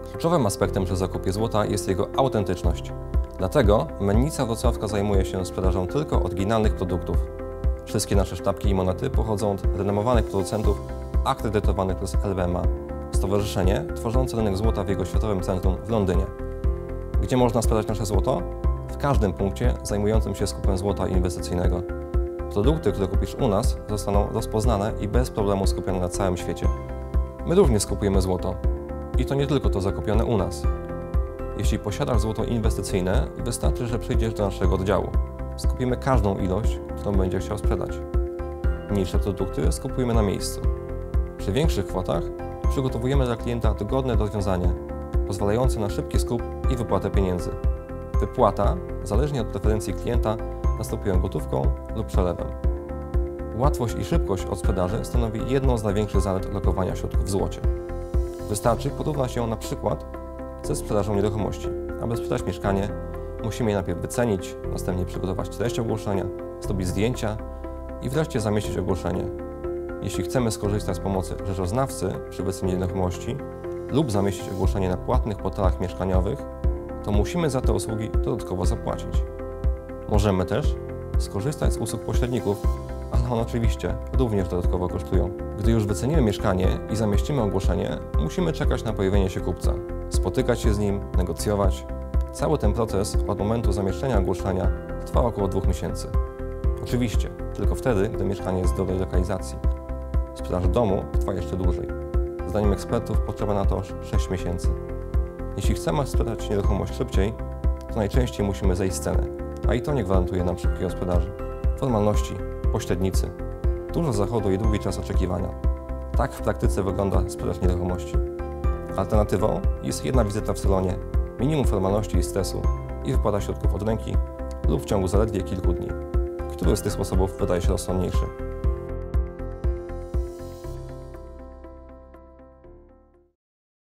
Kluczowym aspektem przy zakupie złota jest jego autentyczność. Dlatego Mennica Wrocławska zajmuje się sprzedażą tylko oryginalnych produktów. Wszystkie nasze sztabki i monety pochodzą od renomowanych producentów akredytowanych przez LBMA, stowarzyszenie tworzące rynek złota w jego światowym centrum w Londynie. Gdzie można sprzedać nasze złoto? W każdym punkcie zajmującym się skupem złota inwestycyjnego. Produkty, które kupisz u nas, zostaną rozpoznane i bez problemu skupione na całym świecie. My również skupujemy złoto. I to nie tylko to zakupione u nas. Jeśli posiadasz złoto inwestycyjne, wystarczy, że przyjdziesz do naszego oddziału. Skupimy każdą ilość, którą będziesz chciał sprzedać. Mniejsze produkty skupujemy na miejscu. Przy większych kwotach przygotowujemy dla klienta dogodne rozwiązanie, pozwalające na szybki skup i wypłatę pieniędzy. Wypłata, zależnie od preferencji klienta, następuje gotówką lub przelewem. Łatwość i szybkość od sprzedaży stanowi jedną z największych zalet lokowania środków w złocie. Wystarczy porównać ją na przykład ze sprzedażą nieruchomości. Aby sprzedać mieszkanie, musimy je najpierw wycenić, następnie przygotować treść ogłoszenia, zrobić zdjęcia i wreszcie zamieścić ogłoszenie. Jeśli chcemy skorzystać z pomocy rzeczoznawcy przy wycenie nieruchomości lub zamieścić ogłoszenie na płatnych portalach mieszkaniowych, to musimy za te usługi dodatkowo zapłacić. Możemy też skorzystać z usług pośredników, ale one oczywiście również dodatkowo kosztują. Gdy już wycenimy mieszkanie i zamieścimy ogłoszenie, musimy czekać na pojawienie się kupca, spotykać się z nim, negocjować. Cały ten proces od momentu zamieszczenia ogłoszenia trwa około 2 miesięcy. Oczywiście tylko wtedy, gdy mieszkanie jest w dobrej lokalizacji. Sprzedaż domu trwa jeszcze dłużej. Zdaniem ekspertów potrzeba na to aż 6 miesięcy. Jeśli chcemy sprzedać nieruchomość szybciej, to najczęściej musimy zejść z ceny, a i to nie gwarantuje nam szybkiej sprzedaży. Formalności, pośrednicy, dużo zachodu i długi czas oczekiwania. Tak w praktyce wygląda sprzedaż nieruchomości. Alternatywą jest jedna wizyta w salonie, minimum formalności i stresu i wypłata środków od ręki lub w ciągu zaledwie kilku dni. Który z tych sposobów wydaje się rozsądniejszy?